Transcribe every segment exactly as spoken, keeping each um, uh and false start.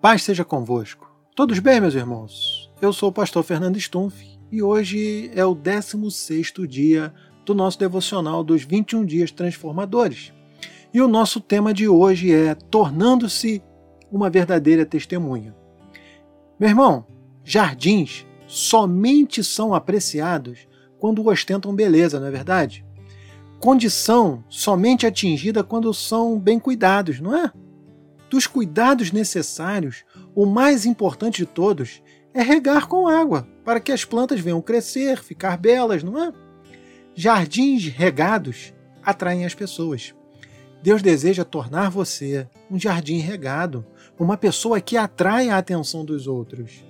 Paz seja convosco. Todos bem, meus irmãos? Eu sou o pastor Fernando Stumpf e hoje é o décimo sexto dia do nosso devocional dos vinte e um dias transformadores. E o nosso tema de hoje é tornando-se uma verdadeira testemunha. Meu irmão, jardins somente são apreciados quando ostentam beleza, não é verdade? Condição somente atingida quando são bem cuidados, não é? Dos cuidados necessários, o mais importante de todos é regar com água, para que as plantas venham crescer, ficar belas, não é? Jardins regados atraem as pessoas. Deus deseja tornar você um jardim regado, uma pessoa que atrai a atenção dos outros.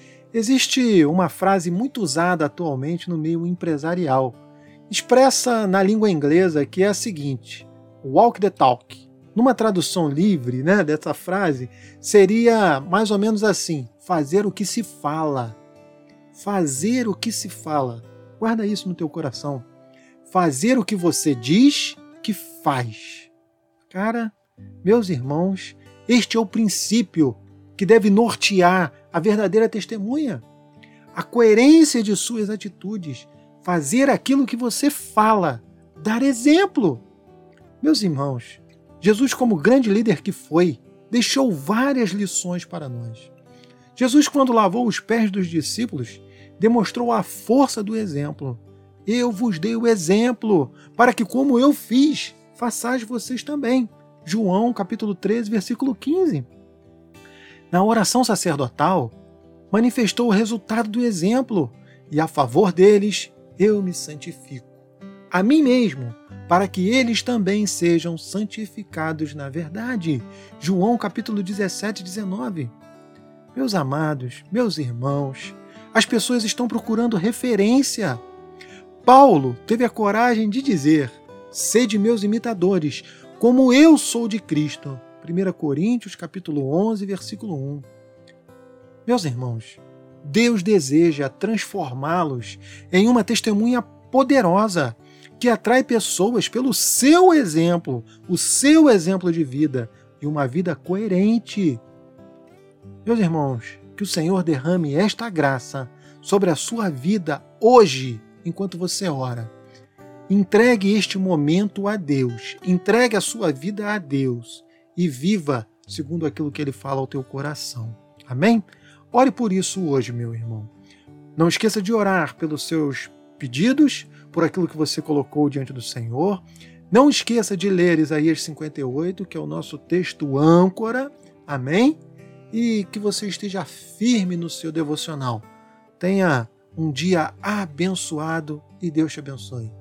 Existe uma frase muito usada atualmente no meio empresarial, expressa na língua inglesa, que é a seguinte: walk the talk. Numa tradução livre, né, dessa frase, seria mais ou menos assim: fazer o que se fala. Fazer o que se fala. Guarda isso no teu coração. Fazer o que você diz que faz. Cara, meus irmãos, este é o princípio que deve nortear a verdadeira testemunha. A coerência de suas atitudes. Fazer aquilo que você fala. Dar exemplo. Meus irmãos, Jesus, como grande líder que foi, deixou várias lições para nós. Jesus, quando lavou os pés dos discípulos, demonstrou a força do exemplo. Eu vos dei o exemplo, para que, como eu fiz, façais vocês também. João, capítulo treze, versículo quinze. Na oração sacerdotal, manifestou o resultado do exemplo, e a favor deles, eu me santifico. A mim mesmo, para que eles também sejam santificados na verdade. João capítulo dezessete, dezenove. Meus amados, meus irmãos, as pessoas estão procurando referência. Paulo teve a coragem de dizer: sede meus imitadores, como eu sou de Cristo. primeira Coríntios capítulo onze, versículo um. Meus irmãos, Deus deseja transformá-los em uma testemunha poderosa, que atrai pessoas pelo seu exemplo, o seu exemplo de vida e uma vida coerente. Meus irmãos, que o Senhor derrame esta graça sobre a sua vida hoje, enquanto você ora. Entregue este momento a Deus, entregue a sua vida a Deus e viva segundo aquilo que Ele fala ao teu coração. Amém? Ore por isso hoje, meu irmão. Não esqueça de orar pelos seus pedidos, por aquilo que você colocou diante do Senhor. Não esqueça de ler Isaías cinquenta e oito, que é o nosso texto âncora. Amém? E que você esteja firme no seu devocional. Tenha um dia abençoado e Deus te abençoe.